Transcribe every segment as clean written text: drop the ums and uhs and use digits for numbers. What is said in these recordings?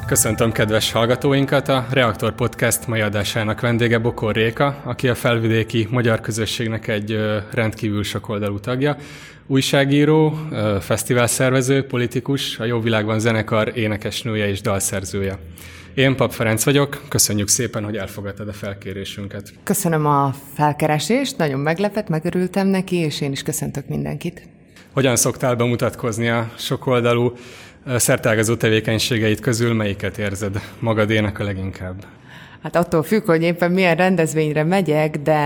Köszöntöm kedves hallgatóinkat, a Reaktor Podcast mai adásának vendége Bokor Réka, aki a felvidéki magyar közösségnek egy rendkívül sokoldalú tagja, újságíró, fesztiválszervező, politikus, a Jó Világban zenekar énekesnője és dalszerzője. Én Pap Ferenc vagyok, köszönjük szépen, hogy elfogadtad a felkérésünket. Köszönöm a felkeresést, nagyon meglepett, megörültem neki, és én is köszöntök mindenkit. Hogyan szoktál bemutatkozni a sokoldalú szerteágazó tevékenységeit közül, melyiket érzed magadénak a leginkább? Hát attól függ, hogy éppen milyen rendezvényre megyek, de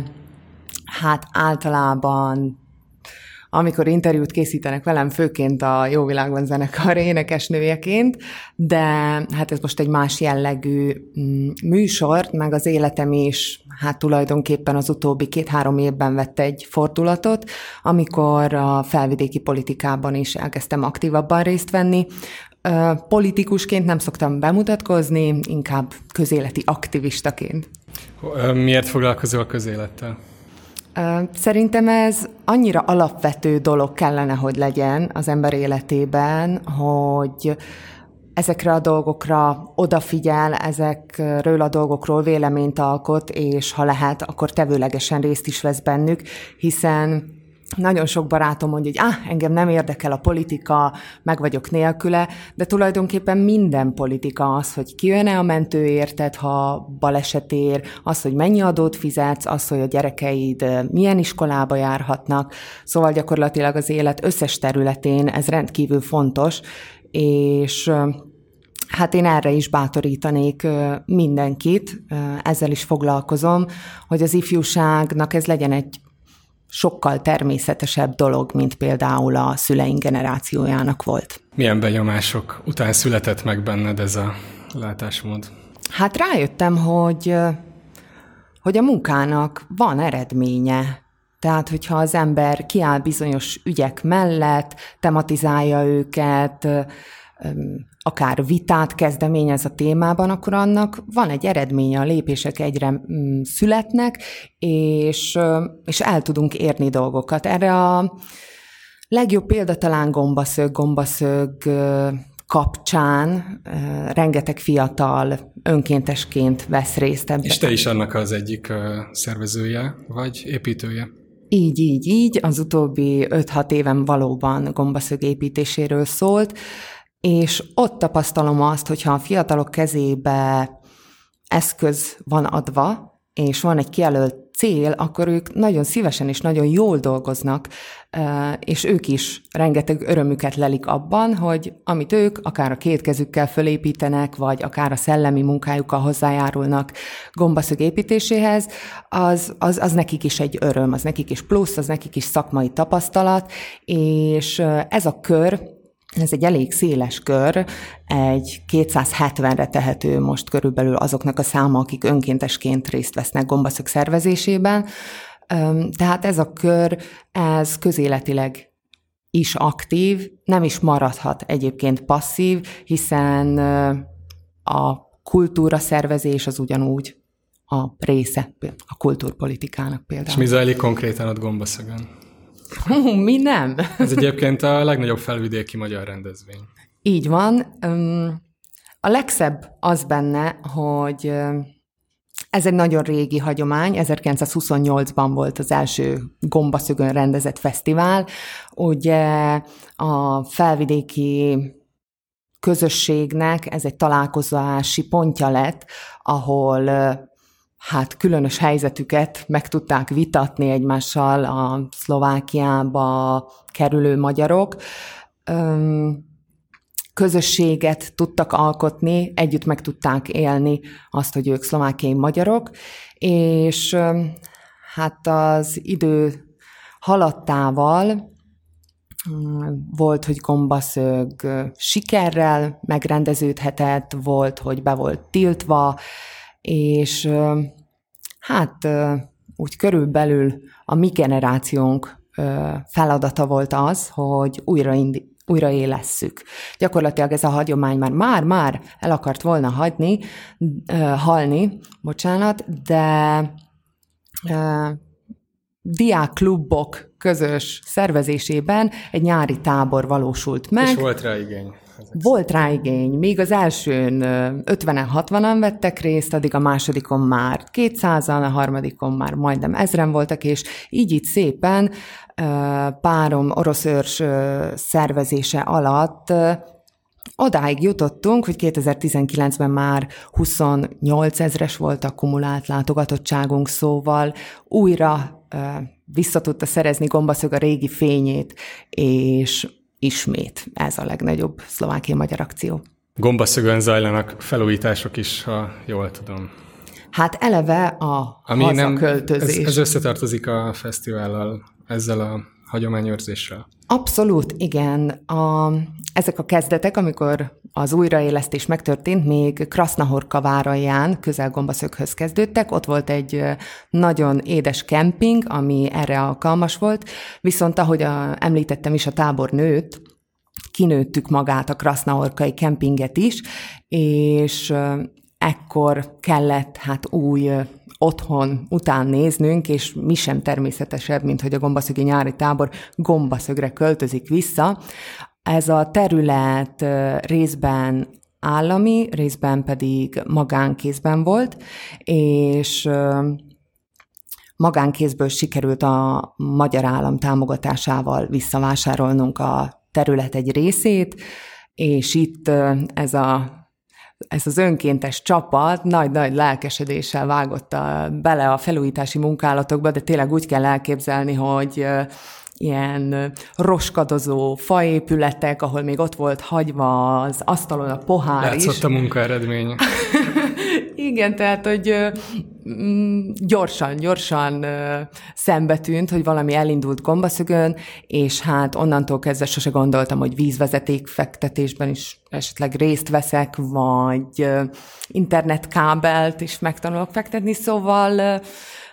hát általában, amikor interjút készítenek velem, főként a Jó Világban zenekar énekesnőjeként, de hát ez most egy más jellegű műsor, meg az életem is hát tulajdonképpen az utóbbi 2-3 évben vett egy fordulatot, amikor a felvidéki politikában is elkezdtem aktívabban részt venni. Politikusként nem szoktam bemutatkozni, inkább közéleti aktivistaként. Miért foglalkozol a közélettel? Szerintem ez annyira alapvető dolog kellene, hogy legyen az ember életében, hogy ezekre a dolgokra odafigyel, ezekről a dolgokról véleményt alkot, és ha lehet, akkor tevőlegesen részt is vesz bennük, hiszen nagyon sok barátom mondja, hogy engem nem érdekel a politika, meg vagyok nélküle, de tulajdonképpen minden politika az, hogy kijön-e a mentő érted, ha baleset ér, az, hogy mennyi adót fizetsz, az, hogy a gyerekeid milyen iskolába járhatnak. Szóval gyakorlatilag az élet összes területén ez rendkívül fontos, és hát én erre is bátorítanék mindenkit, ezzel is foglalkozom, hogy az ifjúságnak ez legyen egy sokkal természetesebb dolog, mint például a szüleink generációjának volt. Milyen benyomások után született meg benned ez a látásmód? Hát rájöttem, hogy a munkának van eredménye. Tehát, hogyha az ember kiáll bizonyos ügyek mellett, tematizálja őket, akár vitát kezdeményez a témában, akkor annak van egy eredménye, a lépések egyre születnek, és el tudunk érni dolgokat. Erre a legjobb példa talán Gombaszög kapcsán rengeteg fiatal önkéntesként vesz részt ebben. És te is annak az egyik szervezője, vagy építője? Így. Az utóbbi 5-6 évem valóban Gombaszög építéséről szólt, és ott tapasztalom azt, hogyha a fiatalok kezébe eszköz van adva, és van egy kijelölt cél, akkor ők nagyon szívesen és nagyon jól dolgoznak, és ők is rengeteg örömüket lelik abban, hogy amit ők akár a 2 kezükkel fölépítenek, vagy akár a szellemi munkájukkal hozzájárulnak Gombaszög építéséhez, az nekik is egy öröm, az nekik is plusz, az nekik is szakmai tapasztalat, és ez a kör, ez egy elég széles kör, egy 270-re tehető most körülbelül azoknak a száma, akik önkéntesként részt vesznek Gombaszög szervezésében. Tehát ez a kör, ez közéletileg is aktív, nem is maradhat egyébként passzív, hiszen a kultúra szervezés az ugyanúgy a része a kultúrpolitikának például. És mi zajlik konkrétan ott Gombaszögön? Mi nem? Ez egyébként a legnagyobb felvidéki magyar rendezvény. Így van. A legszebb az benne, hogy ez egy nagyon régi hagyomány, 1928-ban volt az első Gombaszögön rendezett fesztivál. Ugye a felvidéki közösségnek ez egy találkozási pontja lett, ahol hát különös helyzetüket meg tudták vitatni egymással a Szlovákiába kerülő magyarok. Közösséget tudtak alkotni, együtt meg tudták élni azt, hogy ők szlovákiai magyarok, és hát az idő haladtával volt, hogy Gombaszög sikerrel megrendeződhetett, volt, hogy be volt tiltva, és hát úgy körülbelül a mi generációnk feladata volt az, hogy újraélesszük. Gyakorlatilag ez a hagyomány már el akart volna halni, de diákklubok közös szervezésében egy nyári tábor valósult meg. És volt rá igény. Volt rá igény. Még az elsőn 50-60-an vettek részt, addig a másodikon már 200-an, a harmadikon már majdnem 1000-en voltak, és így szépen párom orosz őrs szervezése alatt odáig jutottunk, hogy 2019-ben már 28 000-es volt a kumulált látogatottságunk, szóval újra vissza tudta szerezni Gombaszög a régi fényét, és ismét ez a legnagyobb szlovákiai-magyar akció. Gombaszögön zajlanak felújítások is, ha jól tudom. Hát eleve a hazaköltözés. Ez összetartozik a fesztivállal, ezzel a hagyományőrzéssel? Abszolút, igen. Ezek a kezdetek, amikor az újraélesztés megtörtént, még Krasznahorka váralján, közel Gombaszöghöz kezdődtek, ott volt egy nagyon édes kemping, ami erre alkalmas volt, viszont ahogy említettem is, a tábor nőtt, kinőttük magát a krasznahorkai kempinget is, és ekkor kellett új otthon után néznünk, és mi sem természetesebb, mint hogy a gombaszögi nyári tábor Gombaszögre költözik vissza. Ez a terület részben állami, részben pedig magánkézben volt, és magánkézből sikerült a magyar állam támogatásával visszavásárolnunk a terület egy részét, és itt ez az önkéntes csapat nagy-nagy lelkesedéssel vágott bele a felújítási munkálatokba, de tényleg úgy kell elképzelni, hogy ilyen roskadozó faépületek, ahol még ott volt hagyva az asztalon a pohár látszott is. Látszott a munka eredménye. Igen, tehát, hogy gyorsan szembetűnt, hogy valami elindult Gombaszögön, és hát onnantól kezdve sose gondoltam, hogy vízvezeték fektetésben is esetleg részt veszek, vagy internetkábelt is megtanulok fektetni, szóval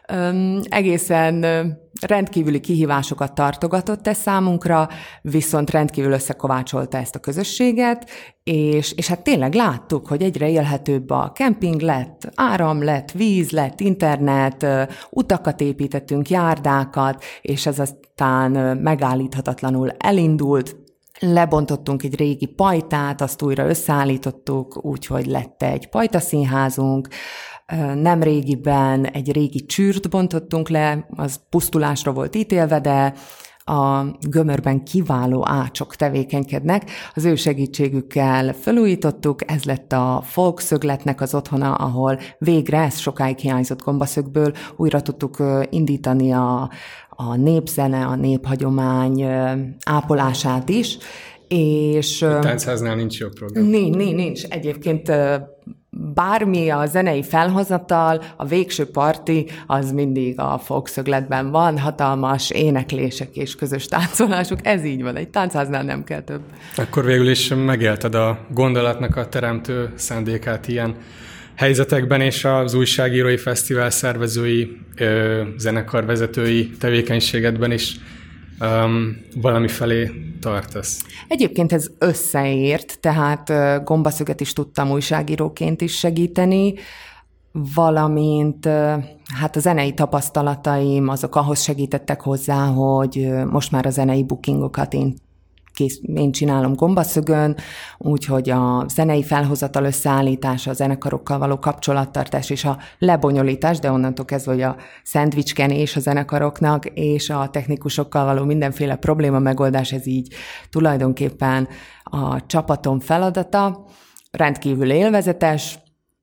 egészen rendkívüli kihívásokat tartogatott ez számunkra, viszont rendkívül összekovácsolta ezt a közösséget, és hát tényleg láttuk, hogy egyre élhetőbb a kemping lett, áram lett, víz lett, internet, utakat építettünk, járdákat, és ez aztán megállíthatatlanul elindult. Lebontottunk egy régi pajtát, azt újra összeállítottuk, úgyhogy lett egy pajtaszínházunk. Nemrégiben egy régi csűrt bontottunk le, az pusztulásra volt ítélve, de a gömörben kiváló ácsok tevékenykednek. Az ő segítségükkel felújítottuk, ez lett a folkszögletnek az otthona, ahol végre, ez sokáig hiányzott Gombaszögből, újra tudtuk indítani a népzene, a néphagyomány ápolását is. És a táncháznál nincs jobb program. Nincs. Egyébként bármi a zenei felhozatal, a végső parti, az mindig a folkszögletben van, hatalmas éneklések és közös táncolások, ez így van, egy táncháznál nem kell több. Akkor végül is megélted a gondolatnak a teremtő szándékát ilyen helyzetekben, és az újságírói fesztivál szervezői, zenekarvezetői tevékenységedben is valami felé tartasz. Egyébként ez összeért, tehát Gombaszöget is tudtam újságíróként is segíteni, valamint hát a zenei tapasztalataim azok ahhoz segítettek hozzá, hogy most már a zenei bookingokat én csinálom Gombaszögön, úgyhogy a zenei felhozatal összeállítása, a zenekarokkal való kapcsolattartás és a lebonyolítás, de onnantól kezdve, hogy a szendvicskenés a zenekaroknak és a technikusokkal való mindenféle probléma megoldás, ez így tulajdonképpen a csapatom feladata, rendkívül élvezetes.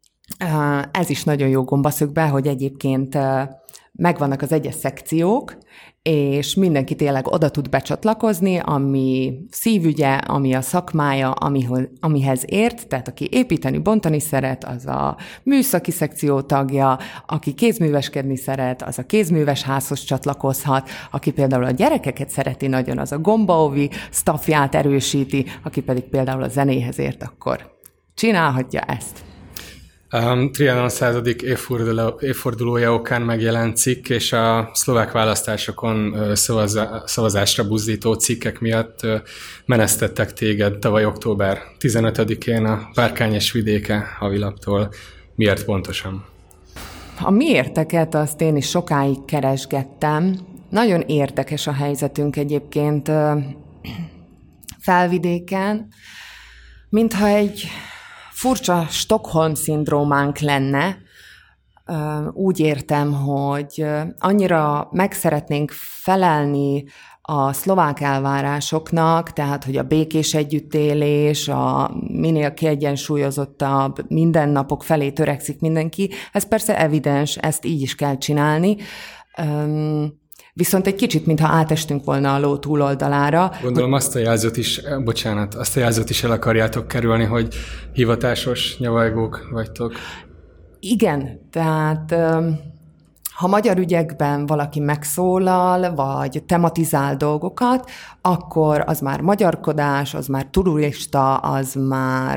Ez is nagyon jó Gombaszögben, hogy egyébként megvannak az egyes szekciók, és mindenki tényleg oda tud becsatlakozni, ami szívügye, ami a szakmája, amihez ért, tehát aki építeni, bontani szeret, az a műszaki szekció tagja, aki kézműveskedni szeret, az a kézműves házhoz csatlakozhat, aki például a gyerekeket szereti nagyon, az a gombaovi sztafját erősíti, aki pedig például a zenéhez ért, akkor csinálhatja ezt. Trianon 100. évfordulója okán megjelent cikk, és a szlovák választásokon szavazásra buzdító cikkek miatt menesztettek téged tavaly október 15-én a Párkányes vidéke havilaptól. Miért pontosan? A miérteket azt én is sokáig keresgettem. Nagyon érdekes a helyzetünk egyébként Felvidéken. Mintha egy furcsa Stockholm-szindrómánk lenne, úgy értem, hogy annyira meg szeretnénk felelni a szlovák elvárásoknak, tehát, hogy a békés együttélés, a minél kiegyensúlyozottabb mindennapok felé törekszik mindenki. Ez persze evidens, ezt így is kell csinálni. Viszont egy kicsit, mintha átestünk volna a ló túloldalára. Gondolom azt a jelzőt is el akarjátok kerülni, hogy hivatásos nyavajgók vagytok. Igen, tehát ha magyar ügyekben valaki megszólal, vagy tematizál dolgokat, akkor az már magyarkodás, az már turista, az már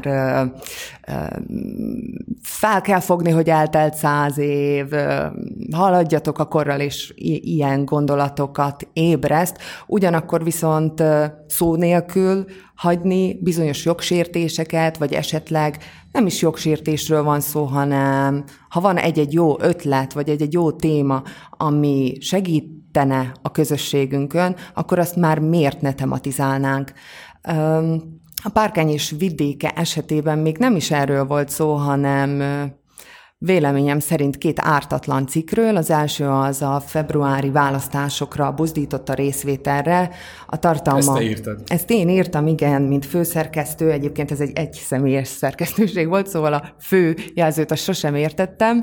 fel kell fogni, hogy eltelt 100 év, haladjatok a korral, és ilyen gondolatokat ébreszt. Ugyanakkor viszont szó nélkül hagyni bizonyos jogsértéseket, vagy esetleg nem is jogsértésről van szó, hanem ha van egy-egy jó ötlet, vagy egy-egy jó téma, ami segítene a közösségünkön, akkor azt már miért ne tematizálnánk. A Párkány és vidéke esetében még nem is erről volt szó, hanem véleményem szerint 2 ártatlan cikkről. Az első az a februári választásokra buzdított a részvételre. A tartalma... Ezt te írtad? Ezt én írtam, igen, mint főszerkesztő. Egyébként ez egy egyszemélyes szerkesztőség volt, szóval a fő jelzőt azt sosem értettem.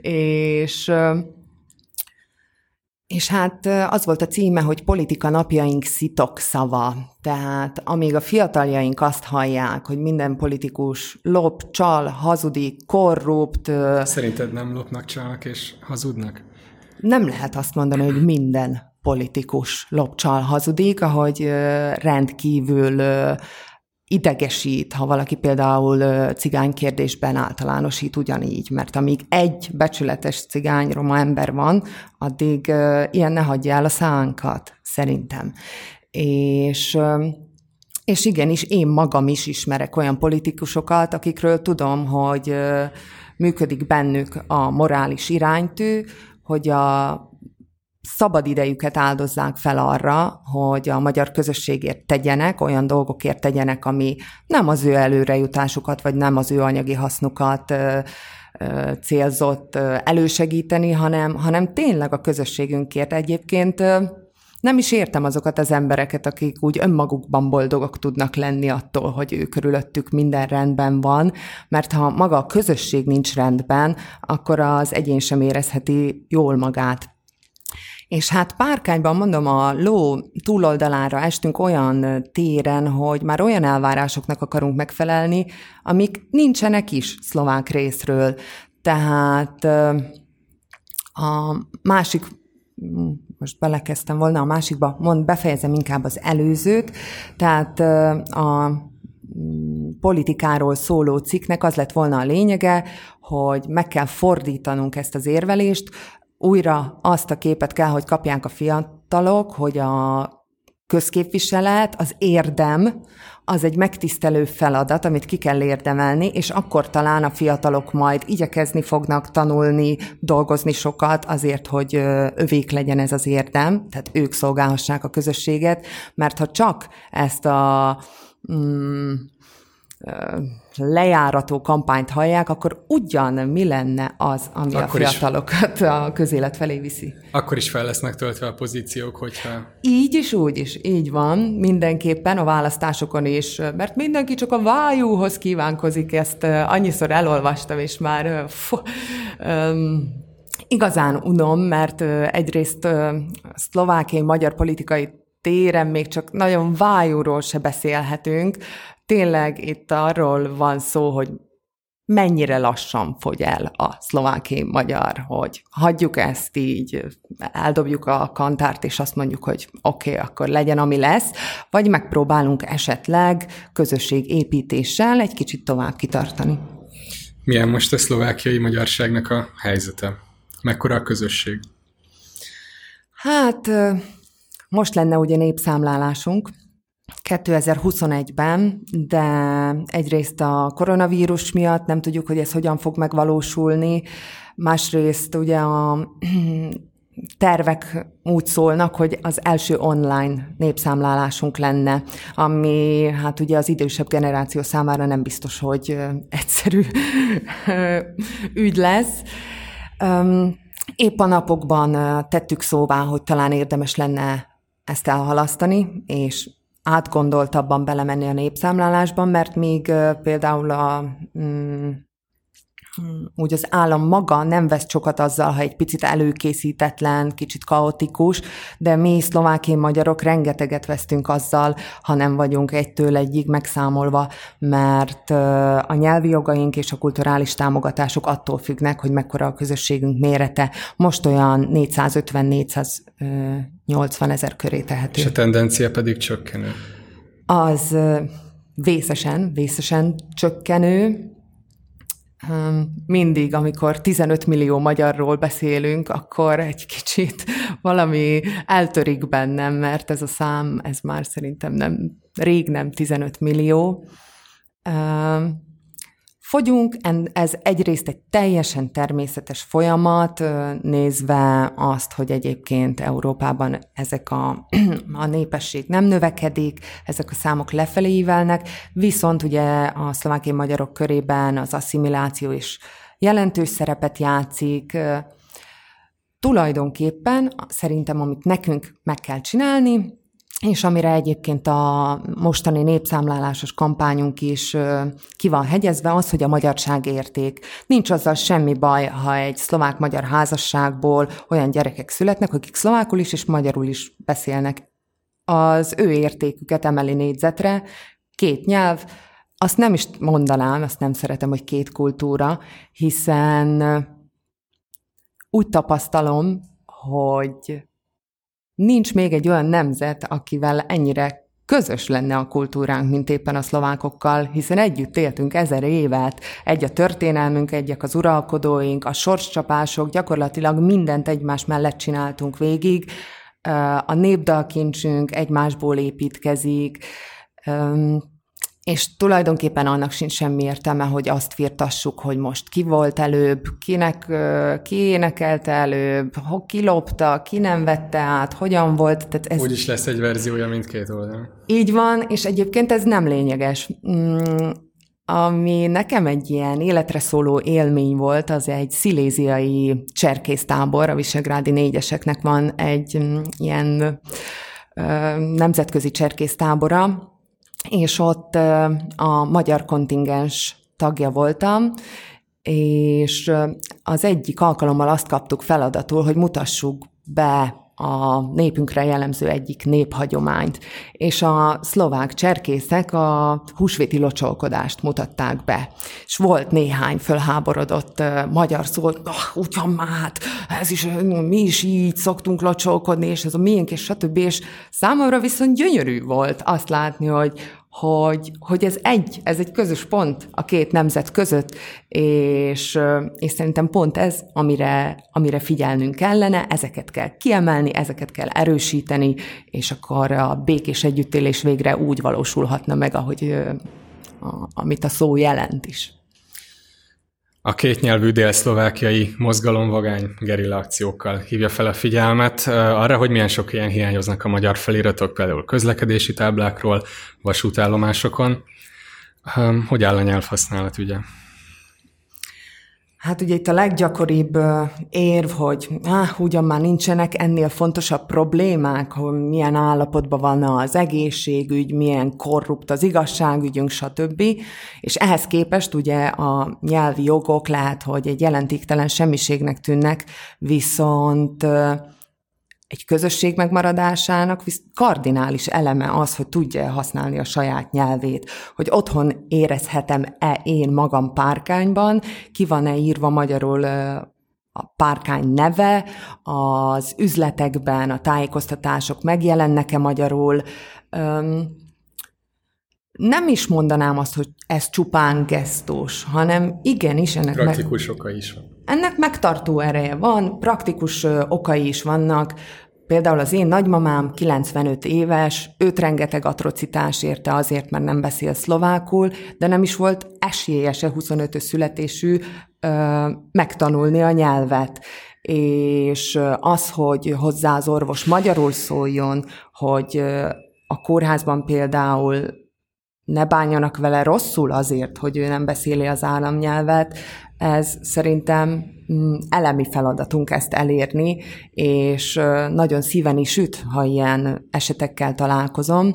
És hát az volt a címe, hogy politika napjaink szitokszava. Tehát amíg a fiataljaink azt hallják, hogy minden politikus lop, csal, hazudik, korrupt... Szerinted nem lopnak, csalnak és hazudnak? Nem lehet azt mondani, hogy minden politikus lop, csal, hazudik, ahogy rendkívül idegesít, ha valaki például cigánykérdésben általánosít ugyanígy, mert amíg egy becsületes cigány-roma ember van, addig ilyen ne hagyja el a szánkat, szerintem. És igenis, én magam is ismerek olyan politikusokat, akikről tudom, hogy működik bennük a morális iránytű, hogy a szabad idejüket áldozzák fel arra, hogy a magyar közösségért tegyenek, olyan dolgokért tegyenek, ami nem az ő előrejutásukat, vagy nem az ő anyagi hasznukat célzott elősegíteni, hanem tényleg a közösségünkért. Egyébként nem is értem azokat az embereket, akik úgy önmagukban boldogok tudnak lenni attól, hogy ő körülöttük minden rendben van, mert ha maga a közösség nincs rendben, akkor az egyén sem érezheti jól magát. És hát Párkányban, mondom, a ló túloldalára estünk olyan téren, hogy már olyan elvárásoknak akarunk megfelelni, amik nincsenek is szlovák részről. Tehát a másik, most belekezdtem volna a másikba, befejezem inkább az előzőt, tehát a politikáról szóló cikknek az lett volna a lényege, hogy meg kell fordítanunk ezt az érvelést, újra azt a képet kell, hogy kapják a fiatalok, hogy a közképviselet, az érdem, az egy megtisztelő feladat, amit ki kell érdemelni, és akkor talán a fiatalok majd igyekezni fognak tanulni, dolgozni sokat azért, hogy övék legyen ez az érdem, tehát ők szolgálhassák a közösséget, mert ha csak ezt a lejárató kampányt hallják, akkor ugyan mi lenne az, ami akkor a fiatalokat a közélet felé viszi. Akkor is fel lesznek töltve a pozíciók, hogyha... Így is, úgy is, így van, mindenképpen a választásokon is, mert mindenki csak a vájúhoz kívánkozik, ezt annyiszor elolvastam, és már igazán unom, mert egyrészt szlovákiai magyar politikai téren még csak nagyon vájúról se beszélhetünk. Tényleg itt arról van szó, hogy mennyire lassan fogy el a szlovákiai magyar, hogy hagyjuk ezt így, eldobjuk a kantárt, és azt mondjuk, hogy oké, akkor legyen, ami lesz, vagy megpróbálunk esetleg közösségépítéssel egy kicsit tovább kitartani. Milyen most a szlovákiai magyarságnak a helyzete? Mekkora a közösség? Hát most lenne ugye népszámlálásunk 2021-ben, de egyrészt a koronavírus miatt nem tudjuk, hogy ez hogyan fog megvalósulni, másrészt ugye a tervek úgy szólnak, hogy az első online népszámlálásunk lenne, ami hát ugye az idősebb generáció számára nem biztos, hogy egyszerű ügy lesz. Épp a napokban tettük szóvá, hogy talán érdemes lenne ezt elhalasztani, és átgondoltabban belemenni a népszámlálásban, mert még például úgy az állam maga nem vesz sokat azzal, ha egy picit előkészítetlen, kicsit kaotikus, de mi szlovákiai magyarok rengeteget vesztünk azzal, ha nem vagyunk egytől egyig megszámolva, mert a nyelvi jogaink és a kulturális támogatások attól függnek, hogy mekkora a közösségünk mérete. Most olyan 450-480 ezer köré tehető. És a tendencia pedig csökkenő. Az vészesen csökkenő. Mindig, amikor 15 millió magyarról beszélünk, akkor egy kicsit valami eltörik bennem, mert ez a szám, ez már szerintem rég nem 15 millió. Fogyunk, ez egyrészt egy teljesen természetes folyamat, nézve azt, hogy egyébként Európában ezek a népesség nem növekedik, ezek a számok lefelé ívelnek, viszont ugye a szlovákiai magyarok körében az asszimiláció is jelentős szerepet játszik. Tulajdonképpen szerintem, amit nekünk meg kell csinálni, és amire egyébként a mostani népszámlálásos kampányunk is ki van hegyezve, az, hogy a magyarság érték. Nincs azzal semmi baj, ha egy szlovák-magyar házasságból olyan gyerekek születnek, akik szlovákul is és magyarul is beszélnek. Az ő értéküket emeli négyzetre, 2 nyelv, azt nem is mondanám, azt nem szeretem, hogy 2 kultúra, hiszen úgy tapasztalom, hogy nincs még egy olyan nemzet, akivel ennyire közös lenne a kultúránk, mint éppen a szlovákokkal, hiszen együtt éltünk 1000 évet, egy a történelmünk, egyek az uralkodóink, a sorscsapások, gyakorlatilag mindent egymás mellett csináltunk végig, a népdalkincsünk egymásból építkezik, és tulajdonképpen annak sincs semmi értelme, hogy azt firtassuk, hogy most ki volt előbb, ki énekelte előbb, ki lopta, ki nem vette át, hogyan volt. Tehát ez... Úgyis lesz egy verziója mindkét oldalon. Így van, és egyébként ez nem lényeges. Ami nekem egy ilyen életre szóló élmény volt, az egy sziléziai cserkésztábor, a visegrádi 4-eseknek van egy ilyen nemzetközi cserkésztábora, és ott a magyar kontingens tagja voltam, és az egyik alkalommal azt kaptuk feladatul, hogy mutassuk be a népünkre jellemző egyik néphagyományt, és a szlovák cserkészek a húsvéti locsolkodást mutatták be. És volt néhány fölháborodott magyar szó, ugyan már, ez is, mi is így szoktunk locsolkodni, és ez a miénk, és stb. És számomra viszont gyönyörű volt azt látni, hogy ez egy közös pont a 2 nemzet között, és szerintem pont ez, amire figyelnünk kellene, ezeket kell kiemelni, ezeket kell erősíteni, és akkor a békés együttélés végre úgy valósulhatna meg, amit a szó jelent is. A kétnyelvű dél-szlovákiai mozgalom vagány gerilla akciókkal hívja fel a figyelmet arra, hogy milyen sok ilyen hiányoznak a magyar feliratok, például közlekedési táblákról, vasútállomásokon. Hogy áll a nyelvhasználat ügye? Hát ugye itt a leggyakoribb érv, hogy ugyan már nincsenek ennél fontosabb problémák, hogy milyen állapotban van az egészségügy, milyen korrupt az igazságügyünk, stb. És ehhez képest ugye a nyelvi jogok lehet, hogy egy jelentéktelen semmiségnek tűnnek, viszont egy közösség megmaradásának kardinális eleme az, hogy tudja használni a saját nyelvét, hogy otthon érezhetem-e én magam párkányban, ki van-e írva magyarul a párkány neve, az üzletekben a tájékoztatások megjelennek-e magyarul. Nem is mondanám azt, hogy ez csupán gesztus, hanem igenis ennek... Praktikus okai is van. Ennek megtartó ereje van, praktikus okai is vannak. Például az én nagymamám 95 éves, őt rengeteg atrocitás érte azért, mert nem beszél szlovákul, de nem is volt esélye se 25-ös születésű megtanulni a nyelvet. és az, hogy hozzá az orvos magyarul szóljon, hogy a kórházban például ne bánjanak vele rosszul azért, hogy ő nem beszéli az államnyelvet, ez szerintem elemi feladatunk ezt elérni, és nagyon szíven is üt, ha ilyen esetekkel találkozom.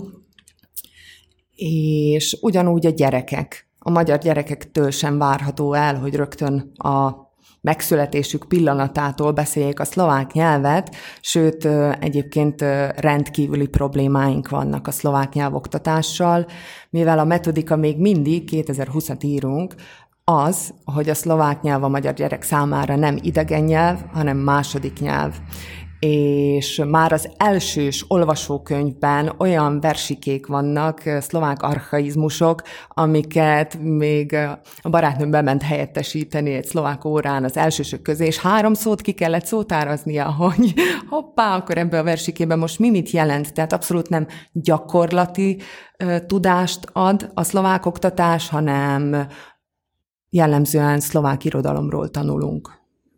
És ugyanúgy a gyerekek. A magyar gyerekektől sem várható el, hogy rögtön a megszületésük pillanatától beszéljék a szlovák nyelvet, sőt, egyébként rendkívüli problémáink vannak a szlovák nyelvoktatással, mivel a metodika még mindig 2020-at írunk, az, hogy a szlovák nyelv a magyar gyerek számára nem idegen nyelv, hanem második nyelv. És már az elsős olvasókönyvben olyan versikék vannak, szlovák archaizmusok, amiket még a barátnőm bement helyettesíteni egy szlovák órán az elsősök közé, és 3 szót ki kellett szótáraznia, hogy hoppá, akkor ebben a versikében most mi mit jelent. Tehát abszolút nem gyakorlati tudást ad a szlovák oktatás, hanem jellemzően szlovák irodalomról tanulunk.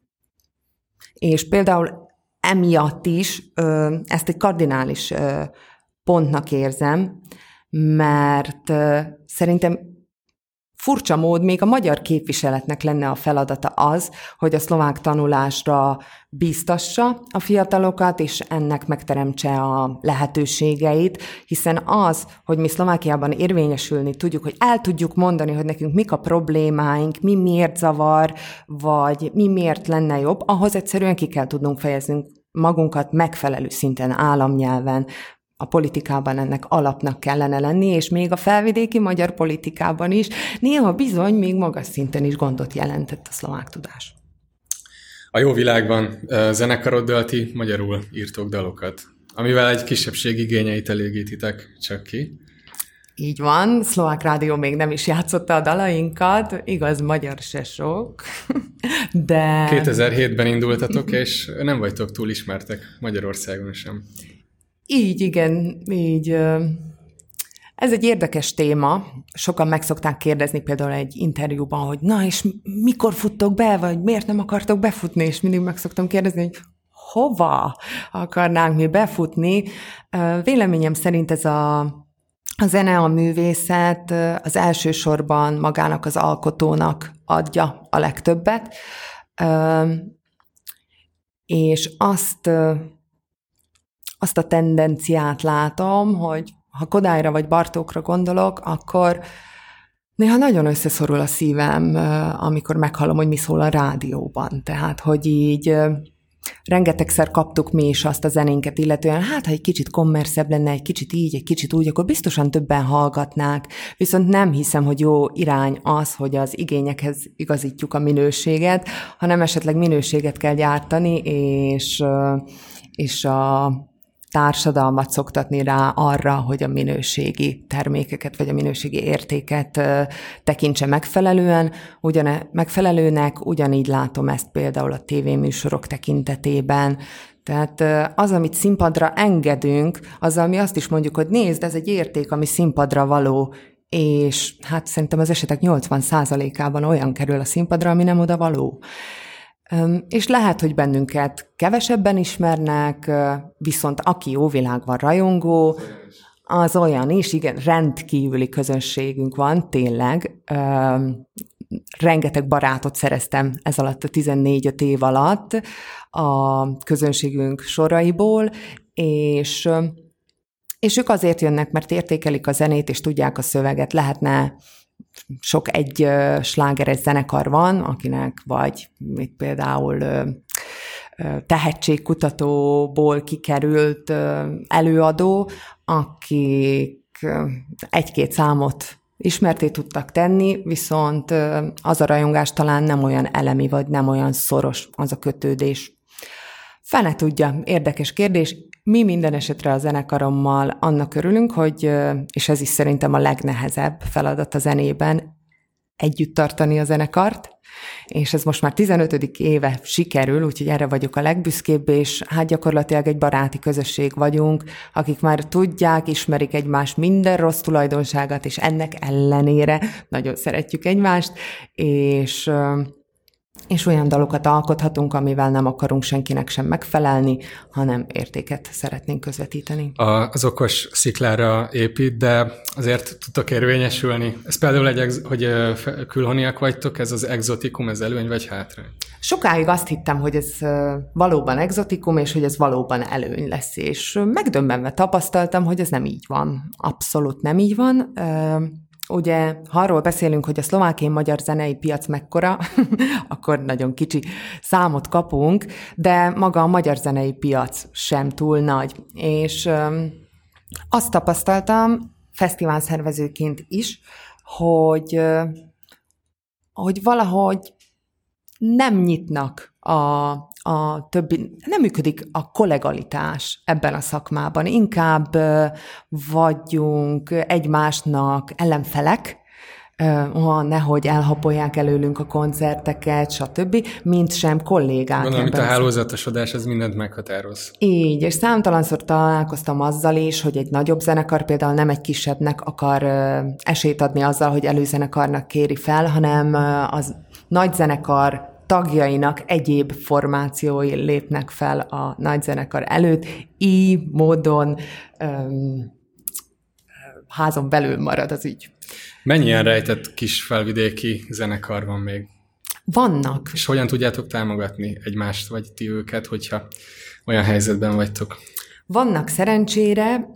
És például emiatt is ezt egy kardinális pontnak érzem, mert szerintem furcsa mód még a magyar képviseletnek lenne a feladata az, hogy a szlovák tanulásra bíztassa a fiatalokat, és ennek megteremtse a lehetőségeit, hiszen az, hogy mi Szlovákiában érvényesülni tudjuk, hogy el tudjuk mondani, hogy nekünk mik a problémáink, mi miért zavar, vagy mi miért lenne jobb, ahhoz egyszerűen ki kell tudnunk fejeznünk magunkat megfelelő szinten, államnyelven. A politikában ennek alapnak kellene lenni, és még a felvidéki magyar politikában is néha bizony még magas szinten is gondot jelentett a szlovák tudás. A jó világban zenekaroddal ti magyarul írtok dalokat, amivel egy kisebbség igényeit elégítitek csak ki. Így van, szlovák rádió még nem is játszotta a dalainkat, igaz, magyar se sok, de... 2007-ben indultatok, és nem vagytok túl ismertek Magyarországon sem. Így, igen, így. Ez egy érdekes téma. Sokan meg szokták kérdezni például egy interjúban, hogy na, és mikor futtok be, vagy miért nem akartok befutni, és mindig meg szoktam kérdezni, hogy hova akarnánk mi befutni. Véleményem szerint ez a zene, a művészet az elsősorban magának az alkotónak adja a legtöbbet, és azt a tendenciát látom, hogy ha Kodályra vagy Bartókra gondolok, akkor néha nagyon összeszorul a szívem, amikor meghallom, hogy mi szól a rádióban. Tehát, hogy így rengetegszer kaptuk mi is azt a zenénket illetően, hát ha egy kicsit kommerszebb lenne, egy kicsit így, egy kicsit úgy, akkor biztosan többen hallgatnák. Viszont nem hiszem, hogy jó irány az, hogy az igényekhez igazítjuk a minőséget, hanem esetleg minőséget kell gyártani, és a társadalmat szoktatni rá arra, hogy a minőségi termékeket, vagy a minőségi értéket tekintse megfelelőnek, ugyanígy látom ezt például a tévéműsorok tekintetében. Tehát az, amit színpadra engedünk, azzal mi azt is mondjuk, hogy nézd, ez egy érték, ami színpadra való, és hát szerintem az esetek 80%-ában olyan kerül a színpadra, ami nem oda való. És lehet, hogy bennünket kevesebben ismernek, viszont aki jó világban rajongó, az olyan is, igen, rendkívüli közönségünk van, tényleg. Rengeteg barátot szereztem ez alatt a 14 év alatt a közönségünk soraiból, és ők azért jönnek, mert értékelik a zenét, és tudják a szöveget. Lehetne sok egy slágeres zenekar van, akinek vagy még például tehetségkutatóból kikerült előadó, akik 1-2 számot ismerté tudtak tenni, viszont az a rajongás talán nem olyan elemi, vagy nem olyan szoros az a kötődés. Fene tudja, érdekes kérdés. Mi minden esetre a zenekarommal annak örülünk, hogy, és ez is szerintem a legnehezebb feladat a zenében, együtt tartani a zenekart, és ez most már 15. éve sikerül, úgyhogy erre vagyok a legbüszkébb, és hát gyakorlatilag egy baráti közösség vagyunk, akik már tudják, ismerik egymást minden rossz tulajdonságát, és ennek ellenére nagyon szeretjük egymást, és és olyan dalokat alkothatunk, amivel nem akarunk senkinek sem megfelelni, hanem értéket szeretnénk közvetíteni. Az okos sziklára épít, de azért tudtok érvényesülni. Ez például hogy külhoniak vagytok, ez az exotikum, ez előny vagy hátrány? Sokáig azt hittem, hogy ez valóban exotikum, és hogy ez valóban előny lesz, és megdöbbenve tapasztaltam, hogy ez nem így van. Abszolút nem így van. Ugye, ha arról beszélünk, hogy a szlovákiai-magyar zenei piac mekkora, akkor nagyon kicsi számot kapunk, de maga a magyar zenei piac sem túl nagy. És azt tapasztaltam fesztiválszervezőként is, hogy valahogy nem nyitnak a többi, nem működik a kollegalitás ebben a szakmában. Inkább vagyunk egymásnak ellenfelek, nehogy elhapolják előlünk a koncerteket, stb., mint sem kollégák. Gondolom, itt a hálózatosodás, ez mindent meghatároz. Így, és számtalanszor találkoztam azzal is, hogy egy nagyobb zenekar például nem egy kisebbnek akar esélyt adni azzal, hogy előzenekarnak kéri fel, hanem az nagy zenekar tagjainak egyéb formációi lépnek fel a nagy zenekar előtt, így módon házon belül marad az ügy. Mennyien rejtett kis felvidéki zenekar van még? Vannak. És hogyan tudjátok támogatni egymást, vagy ti őket, hogyha olyan helyzetben vagytok? Vannak szerencsére.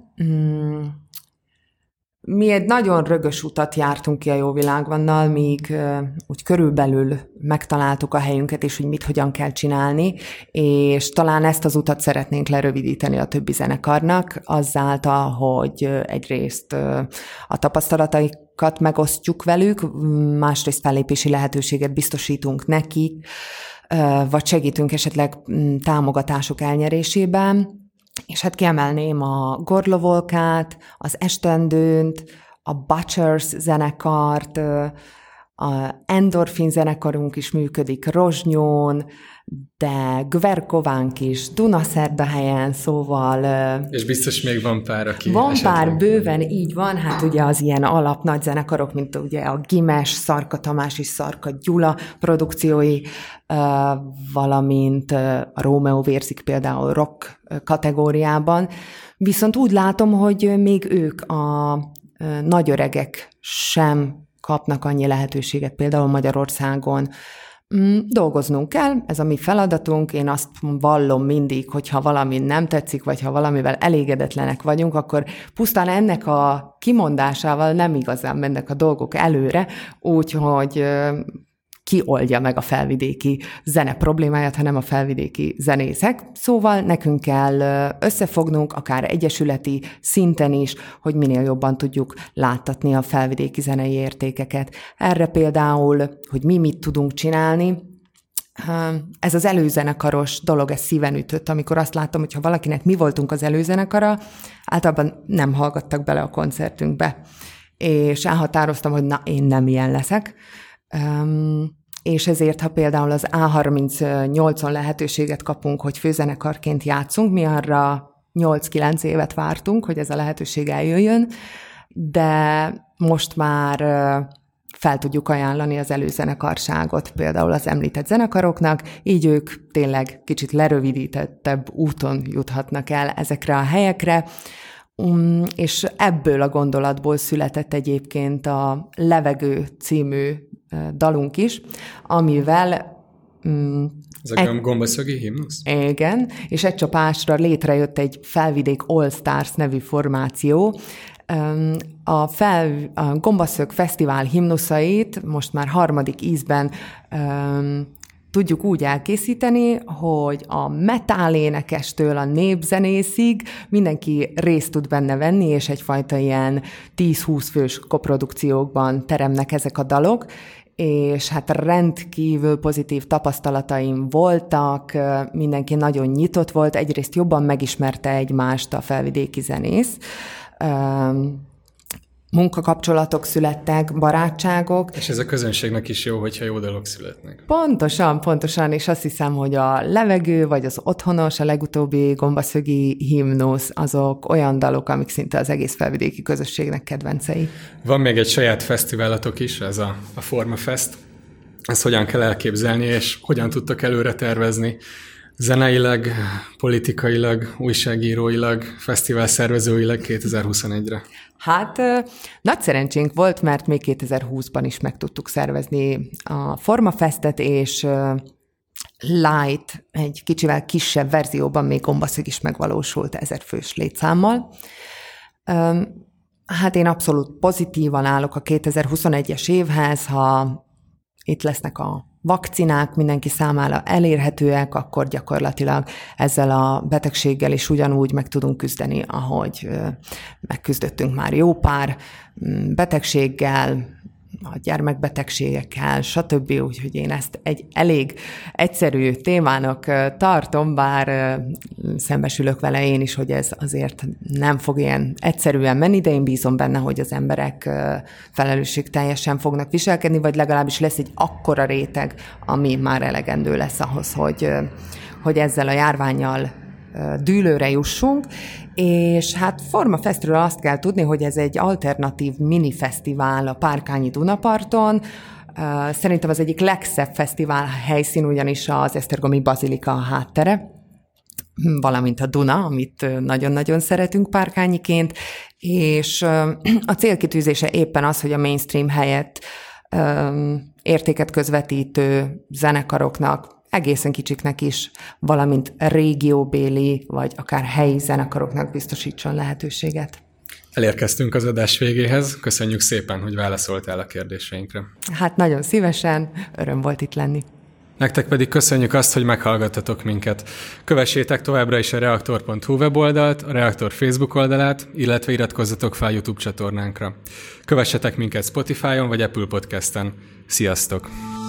Mi egy nagyon rögös utat jártunk ki a Jó Világvannal, míg úgy körülbelül megtaláltuk a helyünket, és hogy mit hogyan kell csinálni, és talán ezt az utat szeretnénk lerövidíteni a többi zenekarnak, azáltal, hogy egyrészt a tapasztalataikat megosztjuk velük, másrészt fellépési lehetőséget biztosítunk nekik, vagy segítünk esetleg támogatások elnyerésében. És hát kiemelném a Gorlovolkát, az Esztendőnt, a Butchers zenekart, a Endorfin zenekarunk is működik Rozsnyón, de Gverkovánk is, Dunaszerdahelyen, szóval... És biztos még van pár, aki... Van pár, bőven, így van, hát ugye az ilyen alap nagy zenekarok, mint ugye a Gimes, Szarka Tamás és Szarka Gyula produkciói, valamint a Rómeó vérzik például rock kategóriában. Viszont úgy látom, hogy még ők a nagyöregek sem kapnak annyi lehetőséget például Magyarországon. Dolgoznunk kell, ez a mi feladatunk, én azt vallom mindig, hogyha valami nem tetszik, vagy ha valamivel elégedetlenek vagyunk, akkor pusztán ennek a kimondásával nem igazán mennek a dolgok előre, úgyhogy ki oldja meg a felvidéki zene problémáját, hanem a felvidéki zenészek. Szóval nekünk kell összefognunk, akár egyesületi szinten is, hogy minél jobban tudjuk láttatni a felvidéki zenei értékeket. Erre például, hogy mi mit tudunk csinálni, ez az előzenekaros dolog, ez szíven ütött, amikor azt látom, hogy ha valakinek mi voltunk az előzenekara, általában nem hallgattak bele a koncertünkbe. És elhatároztam, hogy én nem ilyen leszek. És ezért, ha például az A38-on lehetőséget kapunk, hogy főzenekarként játszunk, mi arra 8-9 évet vártunk, hogy ez a lehetőség eljöjjön, de most már fel tudjuk ajánlani az előzenekarságot például az említett zenekaroknak, így ők tényleg kicsit lerövidítettebb úton juthatnak el ezekre a helyekre, és ebből a gondolatból született egyébként a Levegő című dalunk is, amivel... Ez a gombaszögi himnusz? Igen, és egy csapásra létrejött egy Felvidék All Stars nevű formáció. A Gombaszög Fesztivál himnuszait most már harmadik ízben tudjuk úgy elkészíteni, hogy a metálénekestől a népzenészig mindenki részt tud benne venni, és egyfajta ilyen 10-20 fős koprodukciókban teremnek ezek a dalok, és hát rendkívül pozitív tapasztalataim voltak, mindenki nagyon nyitott volt, egyrészt jobban megismerte egymást a felvidéki zenész, munkakapcsolatok születtek, barátságok. És ez a közönségnek is jó, hogyha jó dalok születnek. Pontosan, és azt hiszem, hogy a Levegő, vagy az Otthonos, a legutóbbi gombaszögi himnusz, azok olyan dalok, amik szinte az egész felvidéki közösségnek kedvencei. Van még egy saját fesztiválatok is, ez a Forma Fest. ezt hogyan kell elképzelni, és hogyan tudtak előre tervezni zeneileg, politikailag, újságíróilag, fesztivál szervezőileg 2021-re? Hát nagy szerencsénk volt, mert még 2020-ban is meg tudtuk szervezni a Formafestet, és Light, egy kicsivel kisebb verzióban még Gombaszög is megvalósult 1000 fős létszámmal. Hát én abszolút pozitívan állok a 2021-es évhez, ha itt lesznek a vakcinák mindenki számára elérhetőek, akkor gyakorlatilag ezzel a betegséggel is ugyanúgy meg tudunk küzdeni, ahogy megküzdöttünk már jó pár betegséggel, a gyermekbetegségekkel, stb. Úgyhogy én ezt egy elég egyszerű témának tartom, bár szembesülök vele én is, hogy ez azért nem fog ilyen egyszerűen menni, de én bízom benne, hogy az emberek felelősségteljesen fognak viselkedni, vagy legalábbis lesz egy akkora réteg, ami már elegendő lesz ahhoz, hogy ezzel a járvánnyal dűlőre jussunk, és hát Formafestről azt kell tudni, hogy ez egy alternatív minifesztivál a Párkányi Dunaparton. Szerintem az egyik legszebb fesztivál helyszín, ugyanis az Esztergomi Bazilika a háttere, valamint a Duna, amit nagyon-nagyon szeretünk párkányiként, és a célkitűzése éppen az, hogy a mainstream helyett értéket közvetítő zenekaroknak, egészen kicsiknek is, valamint régióbéli, vagy akár helyi zenekaroknak biztosítson lehetőséget. Elérkeztünk az adás végéhez. Köszönjük szépen, hogy válaszoltál a kérdéseinkre. Hát nagyon szívesen, öröm volt itt lenni. Nektek pedig köszönjük azt, hogy meghallgattatok minket. Kövessétek továbbra is a reaktor.hu weboldalt, a Reaktor Facebook oldalát, illetve iratkozzatok fel a YouTube csatornánkra. Kövessetek minket Spotify-on vagy Apple Podcast-en. Sziasztok!